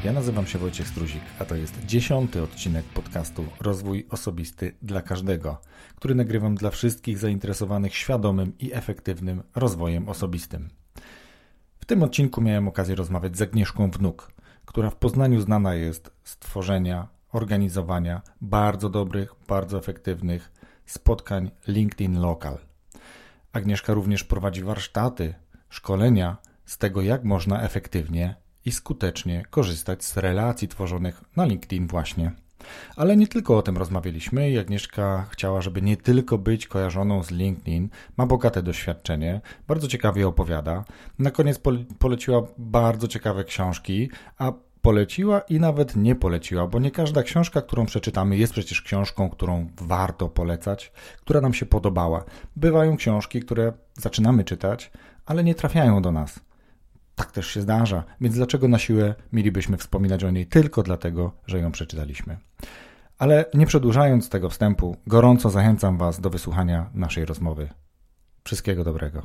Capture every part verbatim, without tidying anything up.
Ja nazywam się Wojciech Struzik, a to jest dziesiąty odcinek podcastu Rozwój Osobisty dla Każdego, który nagrywam dla wszystkich zainteresowanych świadomym i efektywnym rozwojem osobistym. W tym odcinku miałem okazję rozmawiać z Agnieszką Wnuk, która w Poznaniu znana jest z tworzenia, organizowania bardzo dobrych, bardzo efektywnych spotkań LinkedIn Local. Agnieszka również prowadzi warsztaty, szkolenia z tego, jak można efektywnie i skutecznie korzystać z relacji tworzonych na LinkedIn właśnie. Ale nie tylko o tym rozmawialiśmy i Agnieszka chciała, żeby nie tylko być kojarzoną z LinkedIn, ma bogate doświadczenie, bardzo ciekawie opowiada. Na koniec poleciła bardzo ciekawe książki, a poleciła i nawet nie poleciła, bo nie każda książka, którą przeczytamy, jest przecież książką, którą warto polecać, która nam się podobała. Bywają książki, które zaczynamy czytać, ale nie trafiają do nas. Tak też się zdarza, więc dlaczego na siłę mielibyśmy wspominać o niej tylko dlatego, że ją przeczytaliśmy? Ale nie przedłużając tego wstępu, gorąco zachęcam Was do wysłuchania naszej rozmowy. Wszystkiego dobrego.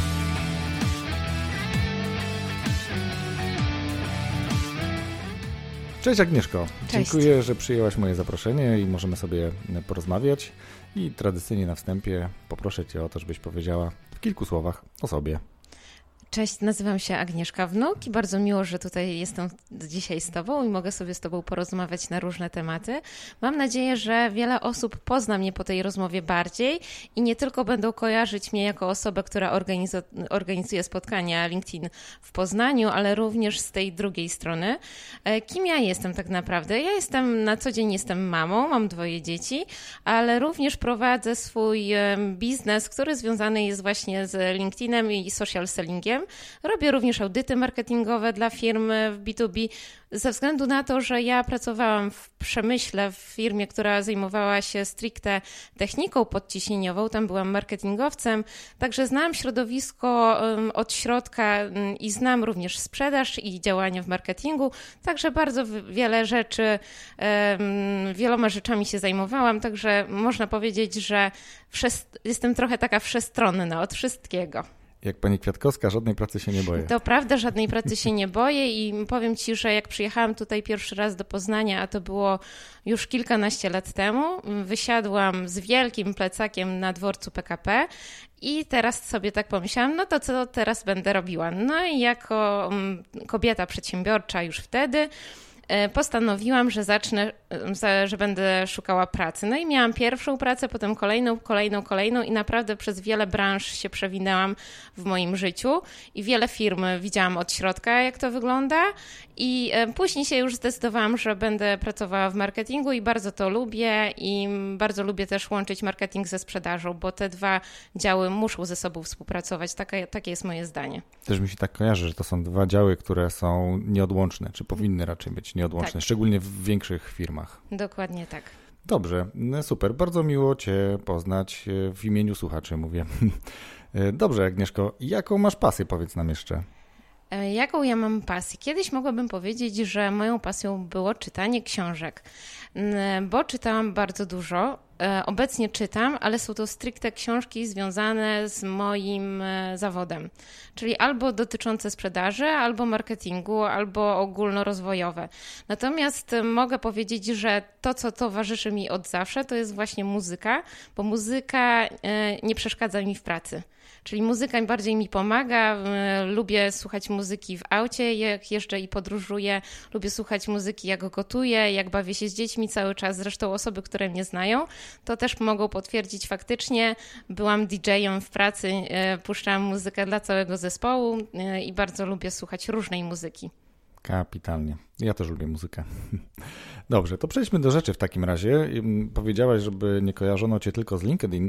Cześć Agnieszko. Cześć. Dziękuję, że przyjęłaś moje zaproszenie i możemy sobie porozmawiać. I tradycyjnie na wstępie poproszę Cię o to, żebyś powiedziała w kilku słowach o sobie. Cześć, nazywam się Agnieszka Wnuk i bardzo miło, że tutaj jestem dzisiaj z Tobą i mogę sobie z Tobą porozmawiać na różne tematy. Mam nadzieję, że wiele osób pozna mnie po tej rozmowie bardziej i nie tylko będą kojarzyć mnie jako osobę, która organizo- organizuje spotkania LinkedIn w Poznaniu, ale również z tej drugiej strony. Kim ja jestem tak naprawdę? Ja jestem, na co dzień jestem mamą, mam dwoje dzieci, ale również prowadzę swój biznes, który związany jest właśnie z LinkedInem i social sellingiem. Robię również audyty marketingowe dla firm w B dwa B ze względu na to, że ja pracowałam w przemyśle w firmie, która zajmowała się stricte techniką podciśnieniową. Tam byłam marketingowcem, także znam środowisko od środka i znam również sprzedaż i działania w marketingu, także bardzo wiele rzeczy, wieloma rzeczami się zajmowałam, także można powiedzieć, że jestem trochę taka wszechstronna od wszystkiego. Jak pani Kwiatkowska, żadnej pracy się nie boję. To prawda, żadnej pracy się nie boję i powiem Ci, że jak przyjechałam tutaj pierwszy raz do Poznania, a to było już kilkanaście lat temu, wysiadłam z wielkim plecakiem na dworcu P K P i teraz sobie tak pomyślałam, no to co teraz będę robiła? No i jako kobieta przedsiębiorcza już wtedy postanowiłam, że zacznę, że będę szukała pracy. No i miałam pierwszą pracę, potem kolejną, kolejną, kolejną i naprawdę przez wiele branż się przewinęłam w moim życiu i wiele firm widziałam od środka, jak to wygląda i później się już zdecydowałam, że będę pracowała w marketingu i bardzo to lubię i bardzo lubię też łączyć marketing ze sprzedażą, bo te dwa działy muszą ze sobą współpracować. Takie, takie jest moje zdanie. Też mi się tak kojarzy, że to są dwa działy, które są nieodłączne, czy powinny raczej być nieodłączne, tak. Szczególnie w większych firmach. Dokładnie tak. Dobrze, super, bardzo miło Cię poznać, w imieniu słuchaczy mówię. Dobrze, Agnieszko, jaką masz pasję, powiedz nam jeszcze? Jaką ja mam pasję? Kiedyś mogłabym powiedzieć, że moją pasją było czytanie książek, bo czytałam bardzo dużo. Obecnie czytam, ale są to stricte książki związane z moim zawodem, czyli albo dotyczące sprzedaży, albo marketingu, albo ogólnorozwojowe. Natomiast mogę powiedzieć, że to, co towarzyszy mi od zawsze, to jest właśnie muzyka, bo muzyka nie przeszkadza mi w pracy. Czyli muzyka bardziej mi pomaga, lubię słuchać muzyki w aucie, jak jeżdżę i podróżuję, lubię słuchać muzyki, jak gotuję, jak bawię się z dziećmi cały czas, zresztą osoby, które mnie znają, to też mogą potwierdzić faktycznie, byłam didżejem w pracy, puszczałam muzykę dla całego zespołu i bardzo lubię słuchać różnej muzyki. Kapitalnie. Ja też lubię muzykę. Dobrze, to przejdźmy do rzeczy w takim razie. Powiedziałaś, żeby nie kojarzono Cię tylko z LinkedIn.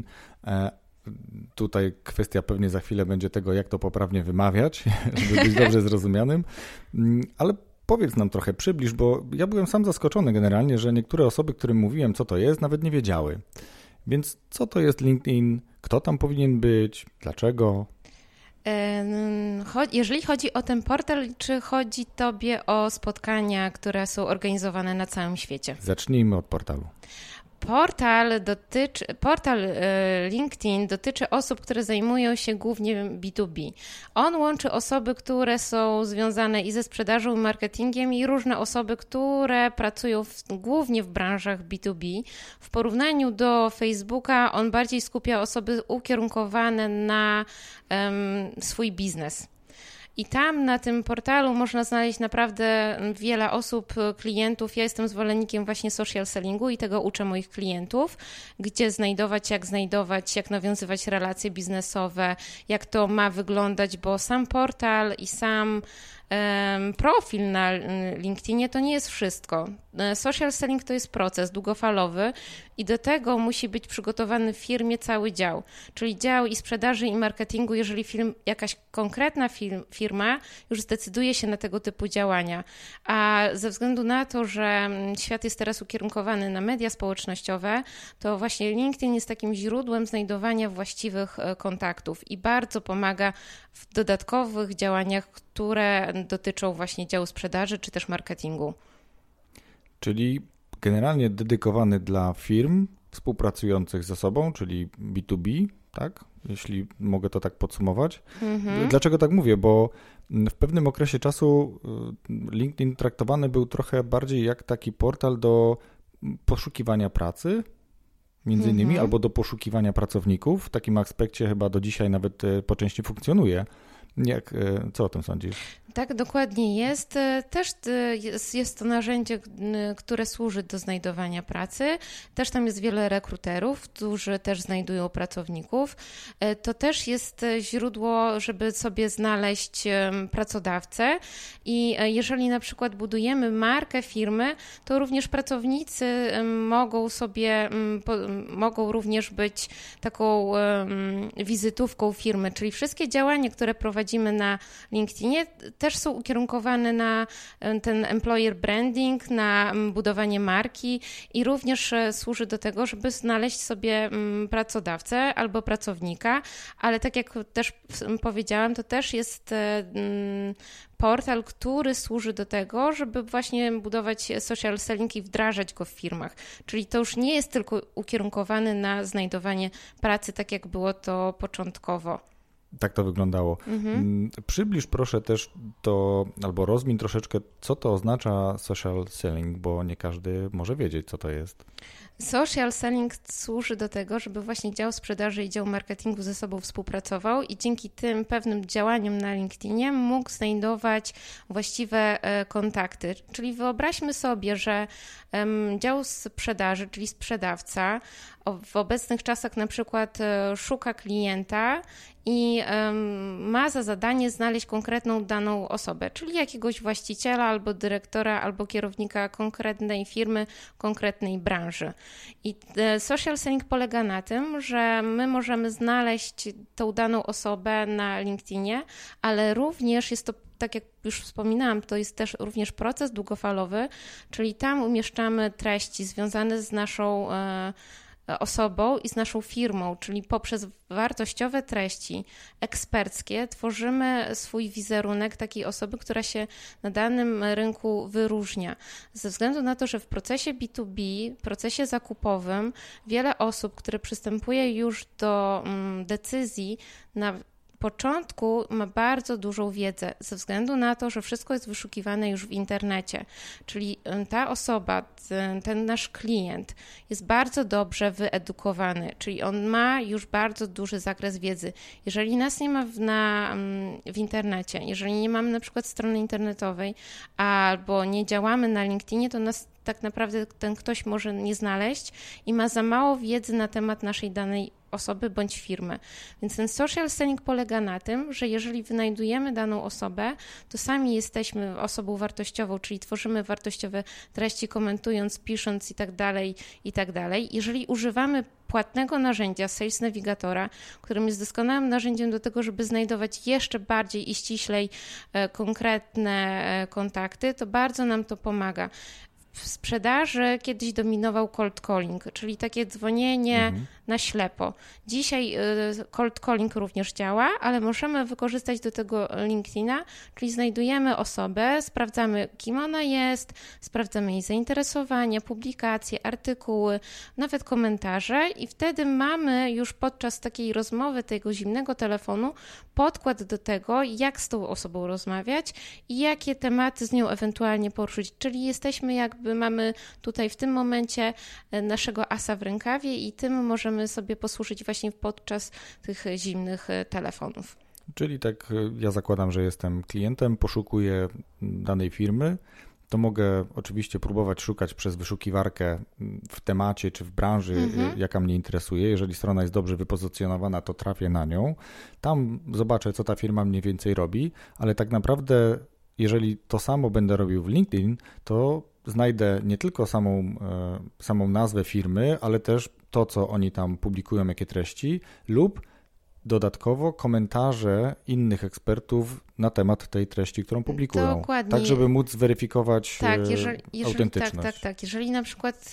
Tutaj kwestia pewnie za chwilę będzie tego, jak to poprawnie wymawiać, żeby być dobrze zrozumianym, ale powiedz nam trochę, przybliż, bo ja byłem sam zaskoczony generalnie, że niektóre osoby, którym mówiłem, co to jest, nawet nie wiedziały. Więc co to jest LinkedIn, kto tam powinien być, dlaczego? Jeżeli chodzi o ten portal, czy chodzi Tobie o spotkania, które są organizowane na całym świecie? Zacznijmy od portalu. Portal, dotyczy, portal LinkedIn dotyczy osób, które zajmują się głównie B dwa B. On łączy osoby, które są związane i ze sprzedażą, i marketingiem i różne osoby, które pracują w, głównie w branżach B dwa B. W porównaniu do Facebooka on bardziej skupia osoby ukierunkowane na um, swój biznes. I tam na tym portalu można znaleźć naprawdę wiele osób, klientów. Ja jestem zwolennikiem właśnie social sellingu i tego uczę moich klientów, gdzie znajdować, jak znajdować, jak nawiązywać relacje biznesowe, jak to ma wyglądać, bo sam portal i sam um, profil na LinkedInie to nie jest wszystko. Social selling to jest proces długofalowy i do tego musi być przygotowany w firmie cały dział, czyli dział i sprzedaży, i marketingu, jeżeli firm, jakaś konkretna firm, firma już zdecyduje się na tego typu działania. A ze względu na to, że świat jest teraz ukierunkowany na media społecznościowe, to właśnie LinkedIn jest takim źródłem znajdowania właściwych kontaktów i bardzo pomaga w dodatkowych działaniach, które dotyczą właśnie działu sprzedaży czy też marketingu. Czyli generalnie dedykowany dla firm współpracujących ze sobą, czyli B dwa B, tak? Jeśli mogę to tak podsumować. Mhm. Dlaczego tak mówię? Bo w pewnym okresie czasu LinkedIn traktowany był trochę bardziej jak taki portal do poszukiwania pracy, między innymi, mhm. albo do poszukiwania pracowników. W takim aspekcie chyba do dzisiaj nawet po części funkcjonuje. Jak, co o tym sądzisz? Tak, dokładnie jest. Też jest, jest to narzędzie, które służy do znajdowania pracy. Też tam jest wiele rekruterów, którzy też znajdują pracowników. To też jest źródło, żeby sobie znaleźć pracodawcę i jeżeli na przykład budujemy markę firmy, to również pracownicy mogą sobie, mogą również być taką wizytówką firmy, czyli wszystkie działania, które prowadzimy na LinkedInie, też są ukierunkowane na ten employer branding, na budowanie marki i również służy do tego, żeby znaleźć sobie pracodawcę albo pracownika, ale tak jak też powiedziałam, to też jest portal, który służy do tego, żeby właśnie budować social selling i wdrażać go w firmach. Czyli to już nie jest tylko ukierunkowany na znajdowanie pracy, tak jak było to początkowo. Tak to wyglądało. Mhm. Przybliż proszę też to, albo rozmiń troszeczkę, co to oznacza social selling, bo nie każdy może wiedzieć, co to jest. Social selling służy do tego, żeby właśnie dział sprzedaży i dział marketingu ze sobą współpracował i dzięki tym pewnym działaniom na LinkedInie mógł znajdować właściwe kontakty. Czyli wyobraźmy sobie, że dział sprzedaży, czyli sprzedawca w obecnych czasach na przykład szuka klienta i ma za zadanie znaleźć konkretną daną osobę, czyli jakiegoś właściciela albo dyrektora, albo kierownika konkretnej firmy, konkretnej branży. I social selling polega na tym, że my możemy znaleźć tą daną osobę na LinkedInie, ale również jest to, tak jak już wspominałam, to jest też również proces długofalowy, czyli tam umieszczamy treści związane z naszą osobą i z naszą firmą, czyli poprzez wartościowe treści eksperckie tworzymy swój wizerunek takiej osoby, która się na danym rynku wyróżnia. Ze względu na to, że w procesie B dwa B, procesie zakupowym wiele osób, które przystępuje już do decyzji na początku ma bardzo dużą wiedzę ze względu na to, że wszystko jest wyszukiwane już w internecie, czyli ta osoba, ten, ten nasz klient jest bardzo dobrze wyedukowany, czyli on ma już bardzo duży zakres wiedzy. Jeżeli nas nie ma w, na, w internecie, jeżeli nie mamy na przykład strony internetowej albo nie działamy na LinkedInie, to nas tak naprawdę ten ktoś może nie znaleźć i ma za mało wiedzy na temat naszej danej osoby bądź firmy. Więc ten social selling polega na tym, że jeżeli wynajdujemy daną osobę, to sami jesteśmy osobą wartościową, czyli tworzymy wartościowe treści, komentując, pisząc i tak dalej, i tak dalej. Jeżeli używamy płatnego narzędzia Sales Navigatora, którym jest doskonałym narzędziem do tego, żeby znajdować jeszcze bardziej i ściślej konkretne kontakty, to bardzo nam to pomaga. W sprzedaży kiedyś dominował cold calling, czyli takie dzwonienie mhm. na ślepo. Dzisiaj cold calling również działa, ale możemy wykorzystać do tego LinkedIna, czyli znajdujemy osobę, sprawdzamy, kim ona jest, sprawdzamy jej zainteresowania, publikacje, artykuły, nawet komentarze i wtedy mamy już podczas takiej rozmowy, tego zimnego telefonu, podkład do tego, jak z tą osobą rozmawiać i jakie tematy z nią ewentualnie poruszyć. Czyli jesteśmy jakby, mamy tutaj w tym momencie naszego asa w rękawie i tym możemy sobie posłużyć właśnie podczas tych zimnych telefonów. Czyli tak ja zakładam, że jestem klientem, poszukuję danej firmy, to mogę oczywiście próbować szukać przez wyszukiwarkę w temacie czy w branży, mhm. jaka mnie interesuje. Jeżeli strona jest dobrze wypozycjonowana, to trafię na nią. Tam zobaczę, co ta firma mniej więcej robi, ale tak naprawdę jeżeli to samo będę robił w LinkedIn, to znajdę nie tylko samą, samą nazwę firmy, ale też to, co oni tam publikują, jakie treści lub dodatkowo komentarze innych ekspertów na temat tej treści, którą publikują. Dokładnie. Tak, żeby móc zweryfikować tak, jeżeli, jeżeli, autentyczność. Tak, tak, tak. Jeżeli na przykład,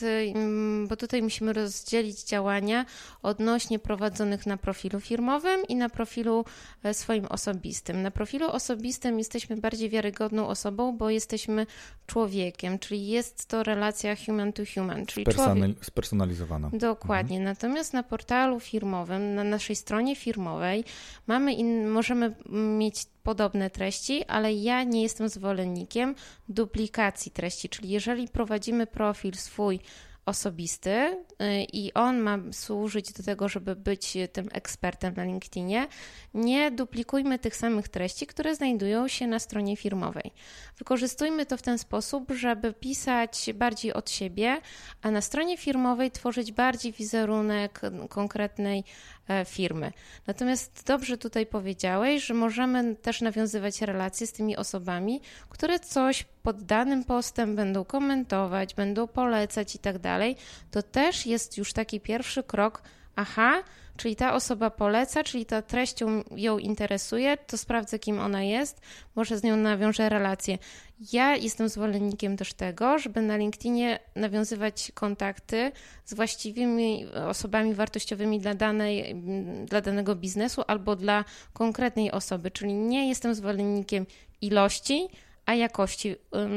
bo tutaj musimy rozdzielić działania odnośnie prowadzonych na profilu firmowym i na profilu swoim osobistym. Na profilu osobistym jesteśmy bardziej wiarygodną osobą, bo jesteśmy człowiekiem, czyli jest to relacja human to human, czyli Spersonal, człowiek. Spersonalizowana. Dokładnie. Mhm. Natomiast na portalu firmowym, na naszej stronie firmowej mamy in, możemy mieć podobne treści, ale ja nie jestem zwolennikiem duplikacji treści, czyli jeżeli prowadzimy profil swój osobisty i on ma służyć do tego, żeby być tym ekspertem na LinkedInie, nie duplikujmy tych samych treści, które znajdują się na stronie firmowej. Wykorzystujmy to w ten sposób, żeby pisać bardziej od siebie, a na stronie firmowej tworzyć bardziej wizerunek konkretnej firmy. Natomiast dobrze tutaj powiedziałeś, że możemy też nawiązywać relacje z tymi osobami, które coś pod danym postem będą komentować, będą polecać i tak dalej. To też jest już taki pierwszy krok, aha, czyli ta osoba poleca, czyli ta treść ją interesuje, to sprawdzę, kim ona jest, może z nią nawiążę relację. Ja jestem zwolennikiem też tego, żeby na LinkedInie nawiązywać kontakty z właściwymi osobami wartościowymi dla, danej, dla danego biznesu albo dla konkretnej osoby, czyli nie jestem zwolennikiem ilości, a jakości.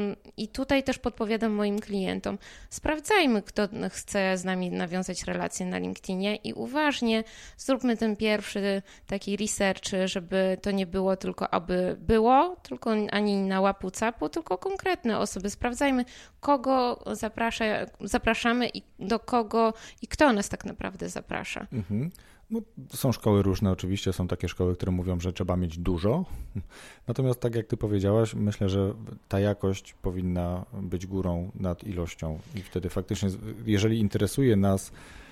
I tutaj też podpowiadam moim klientom, sprawdzajmy, kto chce z nami nawiązać relacje na LinkedInie i uważnie zróbmy ten pierwszy taki research, żeby to nie było tylko aby było, tylko ani na łapu capu, tylko konkretne osoby. Sprawdzajmy, kogo zaprasza, zapraszamy i do kogo i kto nas tak naprawdę zaprasza. Mhm. No, są szkoły różne, oczywiście są takie szkoły, które mówią, że trzeba mieć dużo, natomiast tak jak ty powiedziałaś, myślę, że ta jakość powinna być górą nad ilością i wtedy faktycznie, jeżeli interesuje nas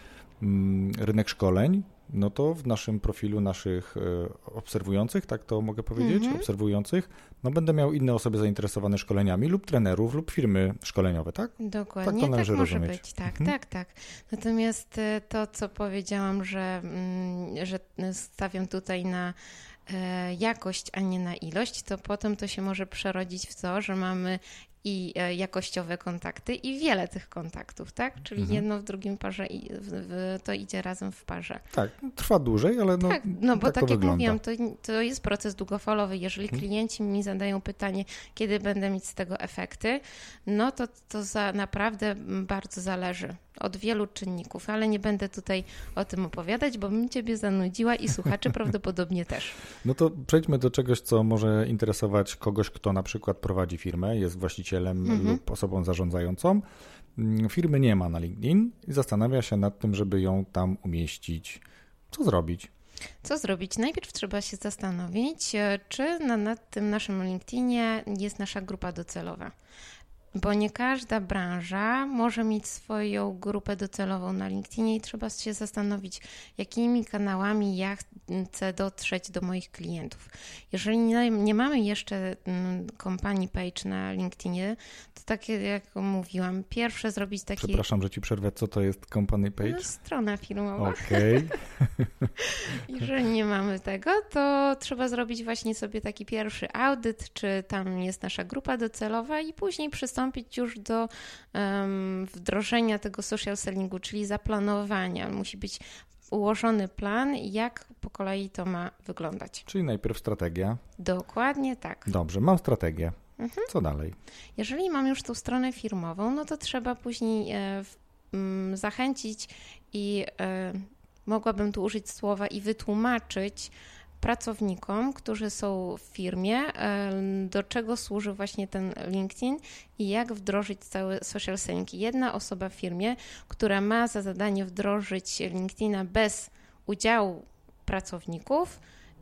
rynek szkoleń, no to w naszym profilu naszych obserwujących, tak to mogę powiedzieć, mm-hmm. obserwujących, no będę miał inne osoby zainteresowane szkoleniami lub trenerów lub firmy szkoleniowe, tak? Dokładnie, tak, to należy tak może rozumieć. Być, tak, mm-hmm. tak, tak. Natomiast to, co powiedziałam, że, że stawiam tutaj na jakość, a nie na ilość, to potem to się może przerodzić w to, że mamy i jakościowe kontakty i wiele tych kontaktów, tak? Czyli mhm. jedno w drugim parze i w, w, to idzie razem w parze. Tak, trwa dłużej, ale no tak, no bo tak, tak to jak wygląda. mówiłam, to, to jest proces długofalowy. Jeżeli mhm. klienci mi zadają pytanie, kiedy będę mieć z tego efekty, no to to za naprawdę bardzo zależy od wielu czynników, ale nie będę tutaj o tym opowiadać, bo bym Ciebie zanudziła i słuchaczy prawdopodobnie też. No to przejdźmy do czegoś, co może interesować kogoś, kto na przykład prowadzi firmę, jest właścicielem mhm. lub osobą zarządzającą. Firmy nie ma na LinkedIn i zastanawia się nad tym, żeby ją tam umieścić. Co zrobić? Co zrobić? Najpierw trzeba się zastanowić, czy na, na tym naszym LinkedInie jest nasza grupa docelowa. Bo nie każda branża może mieć swoją grupę docelową na LinkedInie i trzeba się zastanowić, jakimi kanałami ja chcę dotrzeć do moich klientów. Jeżeli nie, nie mamy jeszcze company page na LinkedInie, to tak jak mówiłam, pierwsze zrobić taki... Przepraszam, że Ci przerwę. Co to jest company page? No, strona firmowa. Okej. Okay. Jeżeli nie mamy tego, to trzeba zrobić właśnie sobie taki pierwszy audyt, czy tam jest nasza grupa docelowa i później przystąpić przystąpić już do um, wdrożenia tego social sellingu, czyli zaplanowania. Musi być ułożony plan, jak po kolei to ma wyglądać. Czyli najpierw strategia. Dokładnie tak. Dobrze, mam strategię. Mhm. Co dalej? Jeżeli mam już tą stronę firmową, no to trzeba później e, w, m, zachęcić i e, mogłabym tu użyć słowa i wytłumaczyć pracownikom, którzy są w firmie, do czego służy właśnie ten LinkedIn i jak wdrożyć cały social selling. Jedna osoba w firmie, która ma za zadanie wdrożyć LinkedIna bez udziału pracowników,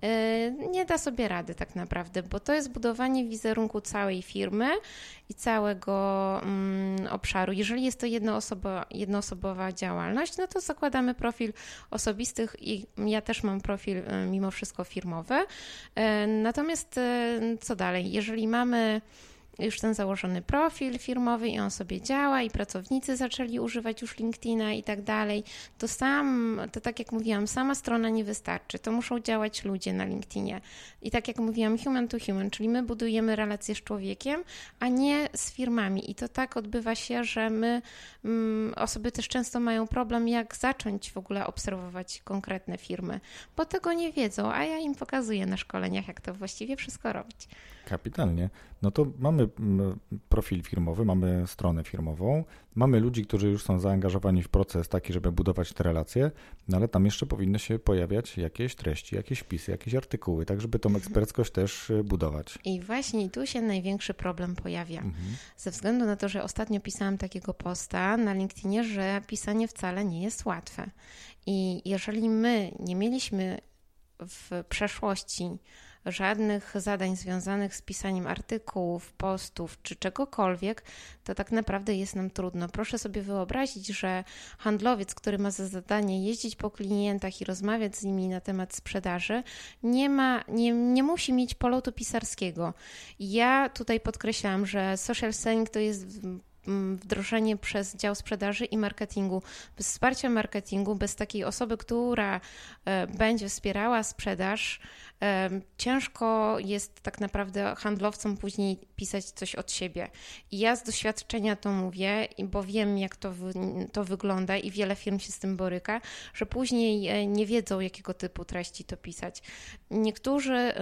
nie da sobie rady tak naprawdę, bo to jest budowanie wizerunku całej firmy i całego um, obszaru. Jeżeli jest to jednoosoba, jednoosobowa działalność, no to zakładamy profil osobistych i ja też mam profil mimo wszystko firmowy. Natomiast co dalej? Jeżeli mamy już ten założony profil firmowy i on sobie działa i pracownicy zaczęli używać już LinkedIna i tak dalej, to sam, to tak jak mówiłam, sama strona nie wystarczy, to muszą działać ludzie na LinkedInie. I tak jak mówiłam, human to human, czyli my budujemy relacje z człowiekiem, a nie z firmami. I to tak odbywa się, że my, mm, osoby też często mają problem, jak zacząć w ogóle obserwować konkretne firmy, bo tego nie wiedzą, a ja im pokazuję na szkoleniach, jak to właściwie wszystko robić. Kapitalnie. No to mamy profil firmowy, mamy stronę firmową, mamy ludzi, którzy już są zaangażowani w proces taki, żeby budować te relacje, no ale tam jeszcze powinny się pojawiać jakieś treści, jakieś wpisy, jakieś artykuły, tak żeby tą eksperckość też budować. I właśnie tu się największy problem pojawia. Mhm. Ze względu na to, że ostatnio pisałam takiego posta na LinkedInie, że pisanie wcale nie jest łatwe. I jeżeli my nie mieliśmy w przeszłości żadnych zadań związanych z pisaniem artykułów, postów czy czegokolwiek, to tak naprawdę jest nam trudno. Proszę sobie wyobrazić, że handlowiec, który ma za zadanie jeździć po klientach i rozmawiać z nimi na temat sprzedaży, nie ma, nie, nie musi mieć polotu pisarskiego. Ja tutaj podkreślam, że social selling to jest wdrożenie przez dział sprzedaży i marketingu. Bez wsparcia marketingu, bez takiej osoby, która będzie wspierała sprzedaż, ciężko jest tak naprawdę handlowcom później pisać coś od siebie. I ja z doświadczenia to mówię, bo wiem, jak to, to wygląda i wiele firm się z tym boryka, że później nie wiedzą, jakiego typu treści to pisać. Niektórzy,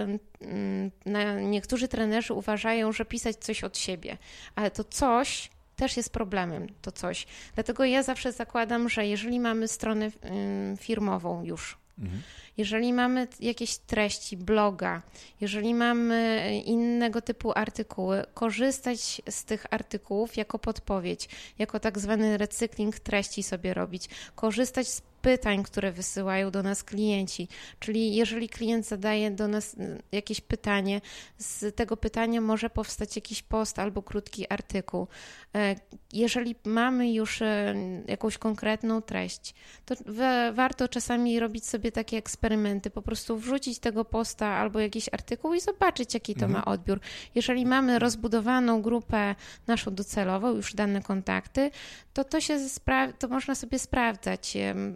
niektórzy trenerzy uważają, że pisać coś od siebie, ale to coś też jest problemem, to coś. Dlatego ja zawsze zakładam, że jeżeli mamy stronę firmową już, mhm. jeżeli mamy jakieś treści, bloga, jeżeli mamy innego typu artykuły, korzystać z tych artykułów jako podpowiedź, jako tak zwany recykling treści sobie robić, korzystać z pytań, które wysyłają do nas klienci, czyli jeżeli klient zadaje do nas jakieś pytanie, z tego pytania może powstać jakiś post albo krótki artykuł. Jeżeli mamy już jakąś konkretną treść, to warto czasami robić sobie takie eksperymenty, po prostu wrzucić tego posta albo jakiś artykuł i zobaczyć, jaki to mhm. ma odbiór. Jeżeli mamy rozbudowaną grupę naszą docelową, już dane kontakty, to to się spra- to można sobie sprawdzać.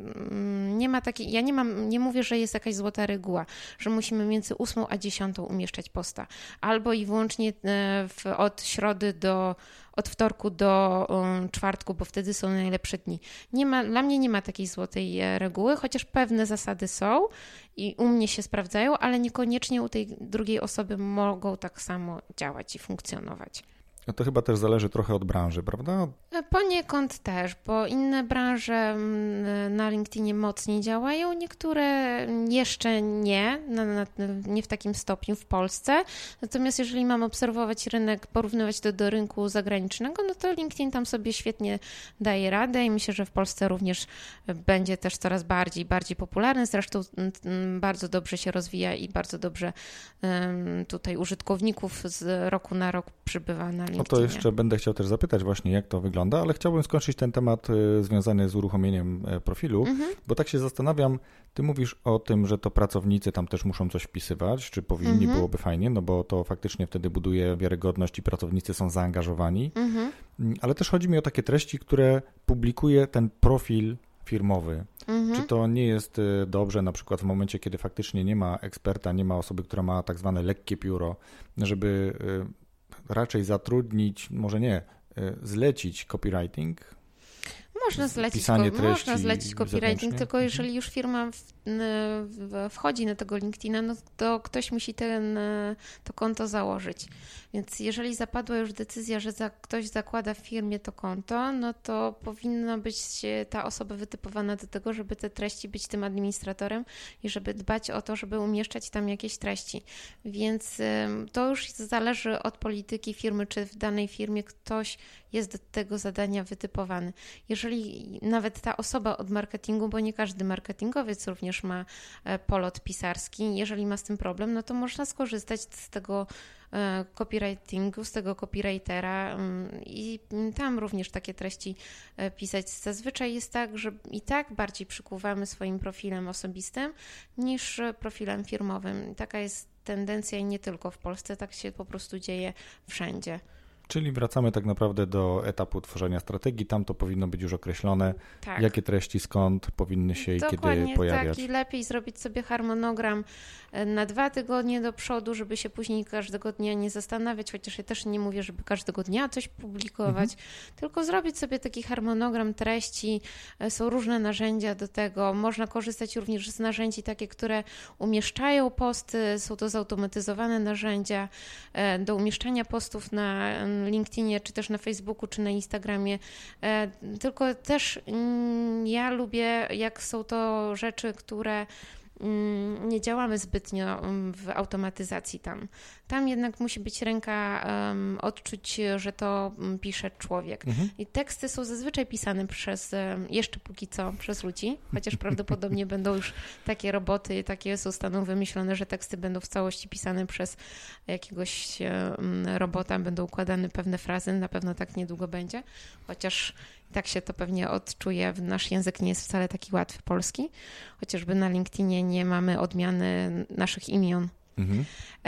Nie ma takiej, ja nie mam, nie mówię, że jest jakaś złota reguła, że musimy między ósmą a dziesiątą umieszczać posta, albo i wyłącznie w, od środy do, od wtorku do um, czwartku, bo wtedy są najlepsze dni. Nie ma, dla mnie nie ma takiej złotej reguły, chociaż pewne zasady są i u mnie się sprawdzają, ale niekoniecznie u tej drugiej osoby mogą tak samo działać i funkcjonować. No to chyba też zależy trochę od branży, prawda? Poniekąd też, bo inne branże na LinkedInie mocniej działają, niektóre jeszcze nie, na, na, nie w takim stopniu w Polsce. Natomiast jeżeli mam obserwować rynek, porównywać to do rynku zagranicznego, no to LinkedIn tam sobie świetnie daje radę i myślę, że w Polsce również będzie też coraz bardziej, bardziej popularny. Zresztą bardzo dobrze się rozwija i bardzo dobrze tutaj użytkowników z roku na rok przybywa na LinkedInie. No to jeszcze będę chciał też zapytać właśnie, jak to wygląda, ale chciałbym skończyć ten temat związany z uruchomieniem profilu, mhm. bo tak się zastanawiam, ty mówisz o tym, że to pracownicy tam też muszą coś wpisywać, czy powinni, mhm. byłoby fajnie, no bo to faktycznie wtedy buduje wiarygodność i pracownicy są zaangażowani, mhm. ale też chodzi mi o takie treści, które publikuje ten profil firmowy. Mhm. Czy to nie jest dobrze na przykład w momencie, kiedy faktycznie nie ma eksperta, nie ma osoby, która ma tak zwane lekkie pióro, żeby raczej zatrudnić, może nie zlecić copywriting? Można zlecić, Pisanie ko- treści można zlecić copywriting, zewnętrznie? tylko jeżeli już firma w, w, wchodzi na tego LinkedIna, no to ktoś musi ten, to konto założyć. Więc jeżeli zapadła już decyzja, że za, ktoś zakłada w firmie to konto, no to powinna być ta osoba wytypowana do tego, żeby te treści być tym administratorem i żeby dbać o to, żeby umieszczać tam jakieś treści. Więc to już zależy od polityki firmy, czy w danej firmie ktoś jest do tego zadania wytypowany. Jeżeli nawet ta osoba od marketingu, bo nie każdy marketingowiec również ma polot pisarski, jeżeli ma z tym problem, no to można skorzystać z tego copywritingu, z tego copywritera i tam również takie treści pisać. Zazwyczaj jest tak, że i tak bardziej przykuwamy swoim profilem osobistym niż profilem firmowym. Taka jest tendencja i nie tylko w Polsce, tak się po prostu dzieje wszędzie. Czyli wracamy tak naprawdę do etapu tworzenia strategii. Tam to powinno być już określone, tak. jakie treści, skąd powinny się Dokładnie, i kiedy pojawiać. Tak, i lepiej zrobić sobie harmonogram na dwa tygodnie do przodu, żeby się później każdego dnia nie zastanawiać, chociaż ja też nie mówię, żeby każdego dnia coś publikować, mhm. tylko zrobić sobie taki harmonogram treści. Są różne narzędzia do tego. Można korzystać również z narzędzi takie, które umieszczają posty. Są to zautomatyzowane narzędzia do umieszczania postów na LinkedInie, czy też na Facebooku, czy na Instagramie. Tylko też ja lubię, jak są to rzeczy, które nie działamy zbytnio w automatyzacji tam. Tam jednak musi być ręka, um, odczuć, że to pisze człowiek. Mhm. I teksty są zazwyczaj pisane przez, jeszcze póki co, przez ludzi, chociaż prawdopodobnie będą już takie roboty, takie zostaną wymyślone, że teksty będą w całości pisane przez jakiegoś um, robota, będą układane pewne frazy, na pewno tak niedługo będzie, chociaż tak się to pewnie odczuje. Nasz język nie jest wcale taki łatwy, polski. Chociażby na LinkedInie nie mamy odmiany naszych imion. Mhm.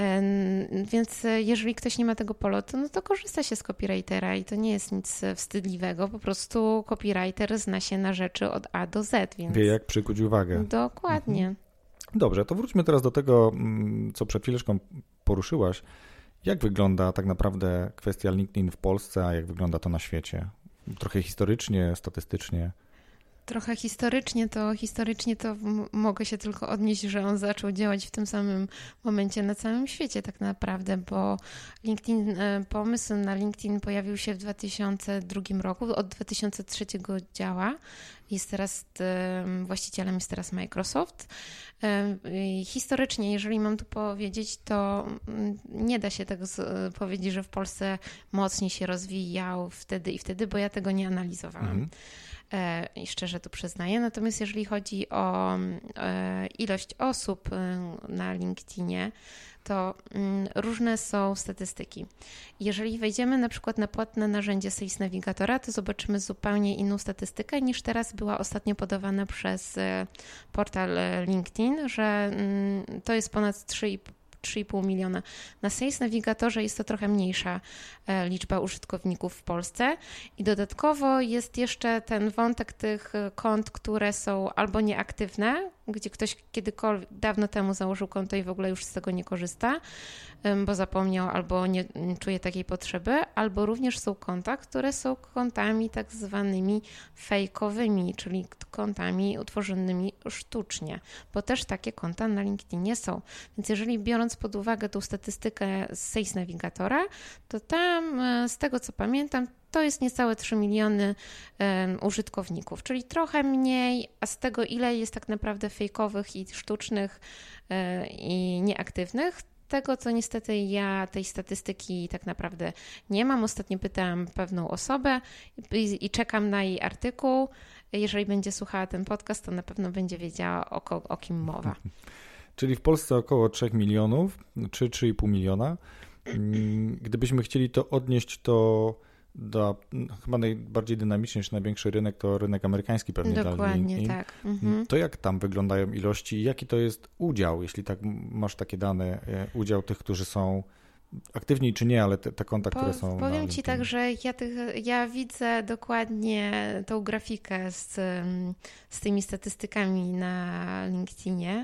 Więc jeżeli ktoś nie ma tego polotu, no to korzysta się z copywritera i to nie jest nic wstydliwego. Po prostu copywriter zna się na rzeczy od A do Z. Więc... Wie, jak przykuć uwagę. Dokładnie. Mhm. Dobrze, to wróćmy teraz do tego, co przed chwileczką poruszyłaś. Jak wygląda tak naprawdę kwestia LinkedIn w Polsce, a jak wygląda to na świecie? Trochę historycznie, statystycznie. Trochę historycznie to historycznie to m- mogę się tylko odnieść, że on zaczął działać w tym samym momencie na całym świecie tak naprawdę, bo LinkedIn, pomysł na LinkedIn pojawił się w dwa tysiące drugim roku, od dwa tysiące trzeciego działa. Jest teraz, właścicielem jest teraz Microsoft. Historycznie, jeżeli mam tu powiedzieć, to nie da się tak powiedzieć, że w Polsce mocniej się rozwijał wtedy i wtedy, bo ja tego nie analizowałam. Mhm. I szczerze tu przyznaję. Natomiast jeżeli chodzi o ilość osób na LinkedInie, to różne są statystyki. Jeżeli wejdziemy na przykład na płatne narzędzie Sales Navigatora, to zobaczymy zupełnie inną statystykę niż teraz była ostatnio podawana przez portal LinkedIn, że to jest ponad trzy i pół miliona. Na Sales Navigatorze jest to trochę mniejsza liczba użytkowników w Polsce i dodatkowo jest jeszcze ten wątek tych kont, które są albo nieaktywne, gdzie ktoś kiedykolwiek dawno temu założył konto i w ogóle już z tego nie korzysta, bo zapomniał albo nie czuje takiej potrzeby, albo również są konta, które są kontami tak zwanymi fejkowymi, czyli kontami utworzonymi sztucznie, bo też takie konta na LinkedInie są. Więc jeżeli biorąc pod uwagę tą statystykę z Sales Navigatora, to tam z tego co pamiętam, to jest niecałe trzy miliony um, użytkowników, czyli trochę mniej, a z tego ile jest tak naprawdę fejkowych i sztucznych um, i nieaktywnych, tego co niestety ja tej statystyki tak naprawdę nie mam. Ostatnio pytałam pewną osobę i, i czekam na jej artykuł. Jeżeli będzie słuchała ten podcast, to na pewno będzie wiedziała o, ko- o kim mowa. Czyli w Polsce około trzech milionów, czy trzy i pół miliona. Gdybyśmy chcieli to odnieść, to do, chyba najbardziej dynamiczny, czy największy rynek to rynek amerykański pewnie. Dokładnie, dla tak. Mhm. To jak tam wyglądają ilości i jaki to jest udział, jeśli tak masz takie dane, udział tych, którzy są aktywni czy nie, ale te, te konta, po, które są Powiem na Ci tak, że ja, tych, ja widzę dokładnie tą grafikę z, z tymi statystykami na LinkedInie,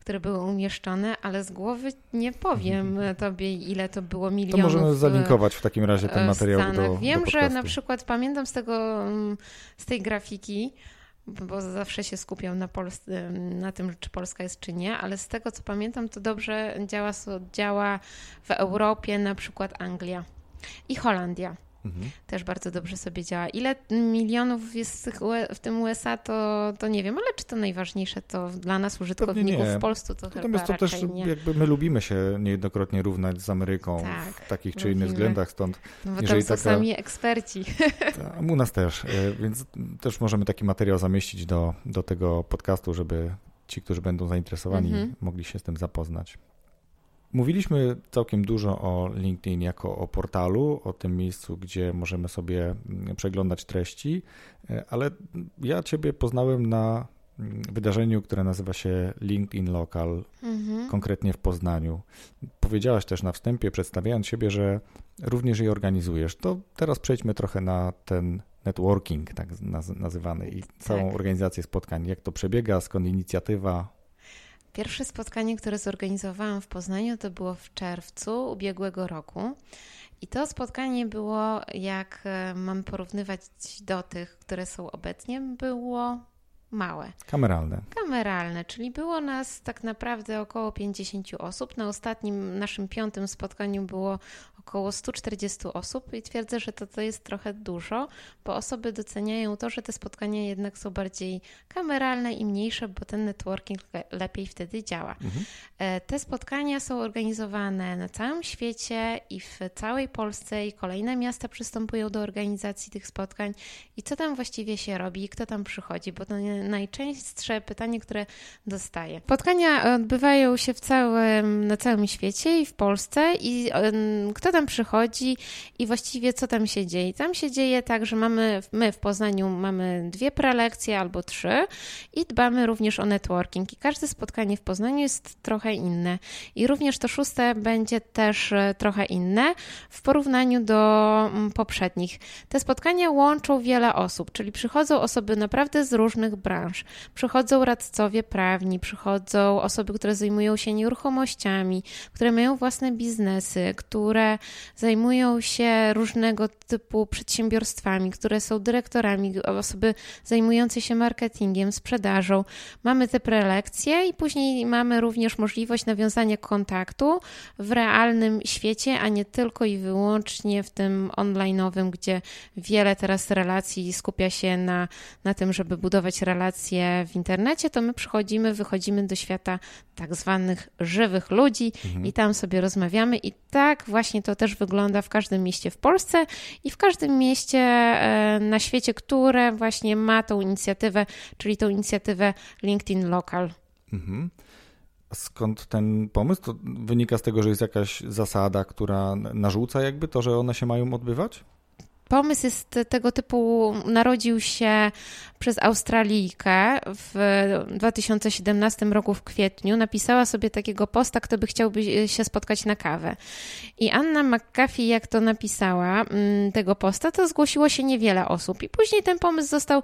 które były umieszczone, ale z głowy nie powiem tobie, ile to było milionów. To możemy zalinkować w takim razie ten materiał do Wiem, do że na przykład pamiętam z tego, z tej grafiki, bo zawsze się skupiam na, Pols- na tym, czy Polska jest, czy nie, ale z tego, co pamiętam, to dobrze działa, działa w Europie, na przykład Anglia i Holandia. Mhm. Też bardzo dobrze sobie działa. Ile milionów jest w, tych, w tym U S A, to, to nie wiem, ale czy to najważniejsze to dla nas użytkowników w Polsce to Natomiast chyba to też nie. Jakby my lubimy się niejednokrotnie równać z Ameryką tak, w takich czy innych względach, stąd no bo jeżeli tam są taka, sami eksperci. Ta, u nas też, więc też możemy taki materiał zamieścić do, do tego podcastu, żeby ci, którzy będą zainteresowani, mhm. mogli się z tym zapoznać. Mówiliśmy całkiem dużo o LinkedIn jako o portalu, o tym miejscu, gdzie możemy sobie przeglądać treści, ale ja Ciebie poznałem na wydarzeniu, które nazywa się LinkedIn Local, mhm. konkretnie w Poznaniu. Powiedziałaś też na wstępie, przedstawiając siebie, że również je organizujesz. To teraz przejdźmy trochę na ten networking, tak nazywany, i całą tak. organizację spotkań. Jak to przebiega, skąd inicjatywa? Pierwsze spotkanie, które zorganizowałam w Poznaniu, to było w czerwcu ubiegłego roku. I to spotkanie było, jak mam porównywać do tych, które są obecnie, było małe. Kameralne. Kameralne, czyli było nas tak naprawdę około pięćdziesiąt osób. Na ostatnim, naszym piątym spotkaniu było około sto czterdzieści osób i twierdzę, że to, to jest trochę dużo, bo osoby doceniają to, że te spotkania jednak są bardziej kameralne i mniejsze, bo ten networking lepiej wtedy działa. Mhm. Te spotkania są organizowane na całym świecie i w całej Polsce i kolejne miasta przystępują do organizacji tych spotkań. I co tam właściwie się robi i kto tam przychodzi, bo to najczęstsze pytanie, które dostaję. Spotkania odbywają się w całym, na całym świecie i w Polsce i kto tam przychodzi i właściwie co tam się dzieje. Tam się dzieje tak, że mamy, my w Poznaniu mamy dwie prelekcje albo trzy i dbamy również o networking i każde spotkanie w Poznaniu jest trochę inne i również to szóste będzie też trochę inne w porównaniu do poprzednich. Te spotkania łączą wiele osób, czyli przychodzą osoby naprawdę z różnych branż. Przychodzą radcowie prawni, przychodzą osoby, które zajmują się nieruchomościami, które mają własne biznesy, które zajmują się różnego typu przedsiębiorstwami, które są dyrektorami, osoby zajmujące się marketingiem, sprzedażą. Mamy te prelekcje i później mamy również możliwość nawiązania kontaktu w realnym świecie, a nie tylko i wyłącznie w tym online'owym, gdzie wiele teraz relacji skupia się na, na tym, żeby budować relacje w internecie, to my przychodzimy, wychodzimy do świata tak zwanych żywych ludzi mhm. i tam sobie rozmawiamy i tak właśnie to też wygląda w każdym mieście w Polsce i w każdym mieście na świecie, które właśnie ma tą inicjatywę, czyli tą inicjatywę LinkedIn Local. Mhm. Skąd ten pomysł? To wynika z tego, że jest jakaś zasada, która narzuca jakby to, że one się mają odbywać? Pomysł jest tego typu, narodził się przez Australijkę w dwa tysiące siedemnastym roku w kwietniu. Napisała sobie takiego posta, kto by chciał się spotkać na kawę. I Anna McAfee, jak to napisała tego posta, to zgłosiło się niewiele osób. I później ten pomysł został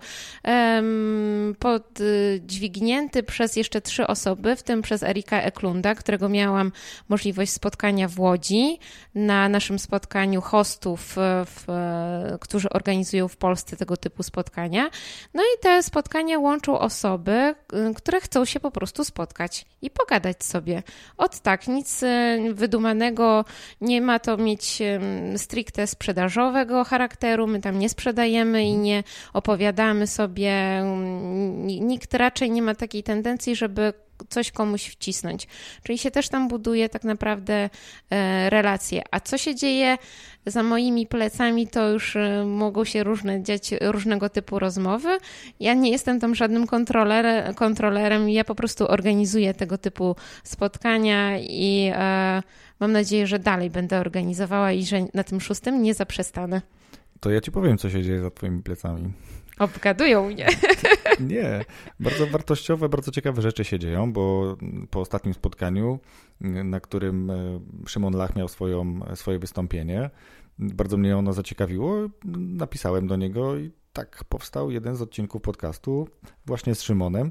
um, podźwignięty przez jeszcze trzy osoby, w tym przez Erika Eklunda, którego miałam możliwość spotkania w Łodzi na naszym spotkaniu hostów w którzy organizują w Polsce tego typu spotkania. No i te spotkania łączą osoby, które chcą się po prostu spotkać i pogadać sobie. Od tak, nic wydumanego, nie ma to mieć stricte sprzedażowego charakteru, my tam nie sprzedajemy i nie opowiadamy sobie, nikt raczej nie ma takiej tendencji, żeby coś komuś wcisnąć. Czyli się też tam buduje tak naprawdę e, relacje. A co się dzieje za moimi plecami, to już e, mogą się różne dziać różnego typu rozmowy. Ja nie jestem tam żadnym kontroler, kontrolerem. Ja po prostu organizuję tego typu spotkania i e, mam nadzieję, że dalej będę organizowała i że na tym szóstym nie zaprzestanę. To ja ci powiem, co się dzieje za twoimi plecami. Obgadują mnie. Nie, bardzo wartościowe, bardzo ciekawe rzeczy się dzieją, bo po ostatnim spotkaniu, na którym Szymon Lach miał swoją, swoje wystąpienie, bardzo mnie ono zaciekawiło, napisałem do niego i tak powstał jeden z odcinków podcastu właśnie z Szymonem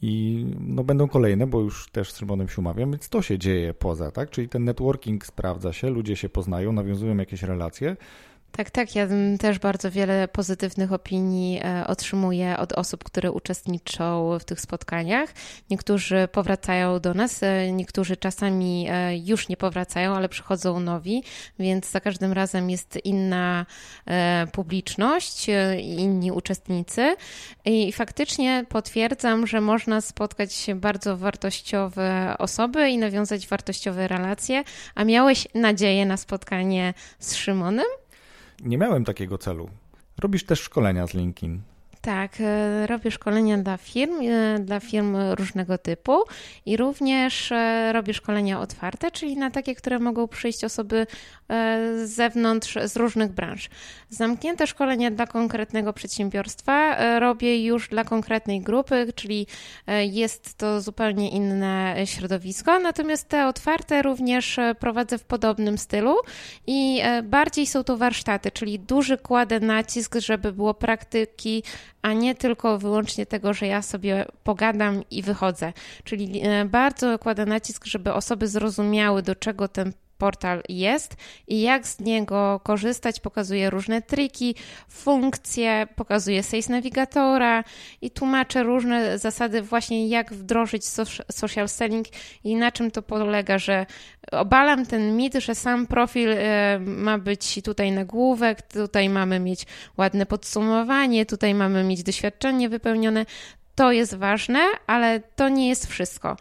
I no, będą kolejne, bo już też z Szymonem się umawiam, więc to się dzieje poza, tak? Czyli ten networking sprawdza się, ludzie się poznają, nawiązują jakieś relacje. Tak, tak. Ja też bardzo wiele pozytywnych opinii otrzymuję od osób, które uczestniczą w tych spotkaniach. Niektórzy powracają do nas, niektórzy czasami już nie powracają, ale przychodzą nowi, więc za każdym razem jest inna publiczność, inni uczestnicy i faktycznie potwierdzam, że można spotkać bardzo wartościowe osoby i nawiązać wartościowe relacje. A miałeś nadzieję na spotkanie z Szymonem? Nie miałem takiego celu. Robisz też szkolenia z LinkedIn. Tak, robię szkolenia dla firm, dla firm różnego typu i również robię szkolenia otwarte, czyli na takie, które mogą przyjść osoby z zewnątrz, z różnych branż. Zamknięte szkolenia dla konkretnego przedsiębiorstwa robię już dla konkretnej grupy, czyli jest to zupełnie inne środowisko, natomiast te otwarte również prowadzę w podobnym stylu i bardziej są to warsztaty, czyli duży kładę nacisk, żeby było praktyki, a nie tylko wyłącznie tego, że ja sobie pogadam i wychodzę. Czyli bardzo kładę nacisk, żeby osoby zrozumiały, do czego ten portal jest i jak z niego korzystać. Pokazuję różne triki, funkcje, pokazuję Sales Navigatora i tłumaczę różne zasady właśnie jak wdrożyć social selling i na czym to polega, że obalam ten mit, że sam profil ma być tutaj nagłówek, tutaj mamy mieć ładne podsumowanie, tutaj mamy mieć doświadczenie wypełnione. To jest ważne, ale to nie jest wszystko.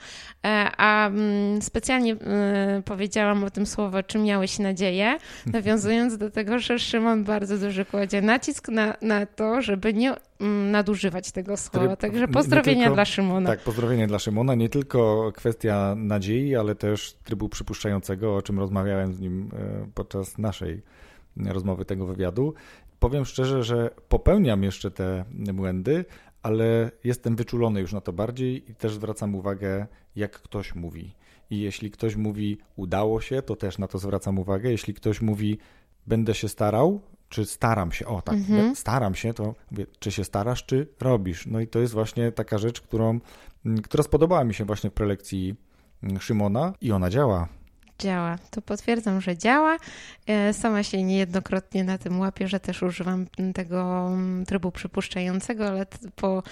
A specjalnie powiedziałam o tym słowo, czy miałeś nadzieję, nawiązując do tego, że Szymon bardzo duży kładzie nacisk na, na to, żeby nie nadużywać tego słowa. Także pozdrowienia tylko, dla Szymona. Tak, pozdrowienia dla Szymona. Nie tylko kwestia nadziei, ale też trybu przypuszczającego, o czym rozmawiałem z nim podczas naszej rozmowy, tego wywiadu. Powiem szczerze, że popełniam jeszcze te błędy, ale jestem wyczulony już na to bardziej i też zwracam uwagę, jak ktoś mówi. I jeśli ktoś mówi udało się, to też na to zwracam uwagę. Jeśli ktoś mówi będę się starał, czy staram się, o tak, mhm. staram się, to mówię, czy się starasz, czy robisz. No i to jest właśnie taka rzecz, którą, która spodobała mi się właśnie w prelekcji Szymona i ona działa. Działa. To potwierdzam, że działa. Sama się niejednokrotnie na tym łapię, że też używam tego trybu przypuszczającego, ale po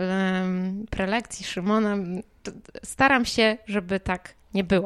prelekcji Szymona staram się, żeby tak nie było.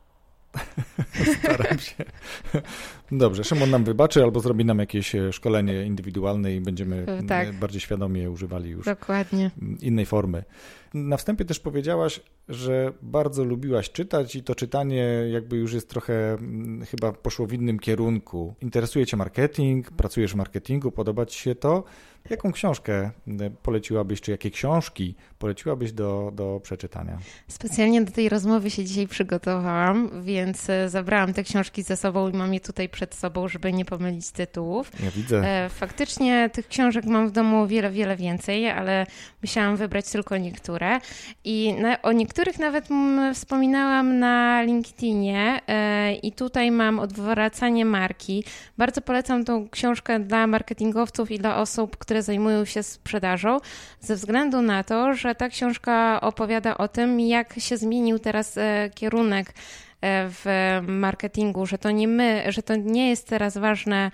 Staram się. Dobrze, Szymon nam wybaczy albo zrobi nam jakieś szkolenie indywidualne i będziemy tak. bardziej świadomie używali już Dokładnie. innej formy. Na wstępie też powiedziałaś, że bardzo lubiłaś czytać i to czytanie jakby już jest trochę chyba poszło w innym kierunku. Interesuje cię marketing, pracujesz w marketingu, podoba ci się to? Jaką książkę poleciłabyś, czy jakie książki poleciłabyś do, do przeczytania? Specjalnie do tej rozmowy się dzisiaj przygotowałam, więc zabrałam te książki ze sobą i mam je tutaj przed sobą, żeby nie pomylić tytułów. Ja widzę. Faktycznie tych książek mam w domu wiele, wiele więcej, ale musiałam wybrać tylko niektóre. I na, o niektórych nawet wspominałam na LinkedInie i tutaj mam Odwracanie marki. Bardzo polecam tą książkę dla marketingowców i dla osób, które zajmują się sprzedażą, ze względu na to, że ta książka opowiada o tym, jak się zmienił teraz kierunek w marketingu, że to nie my, że to nie jest teraz ważna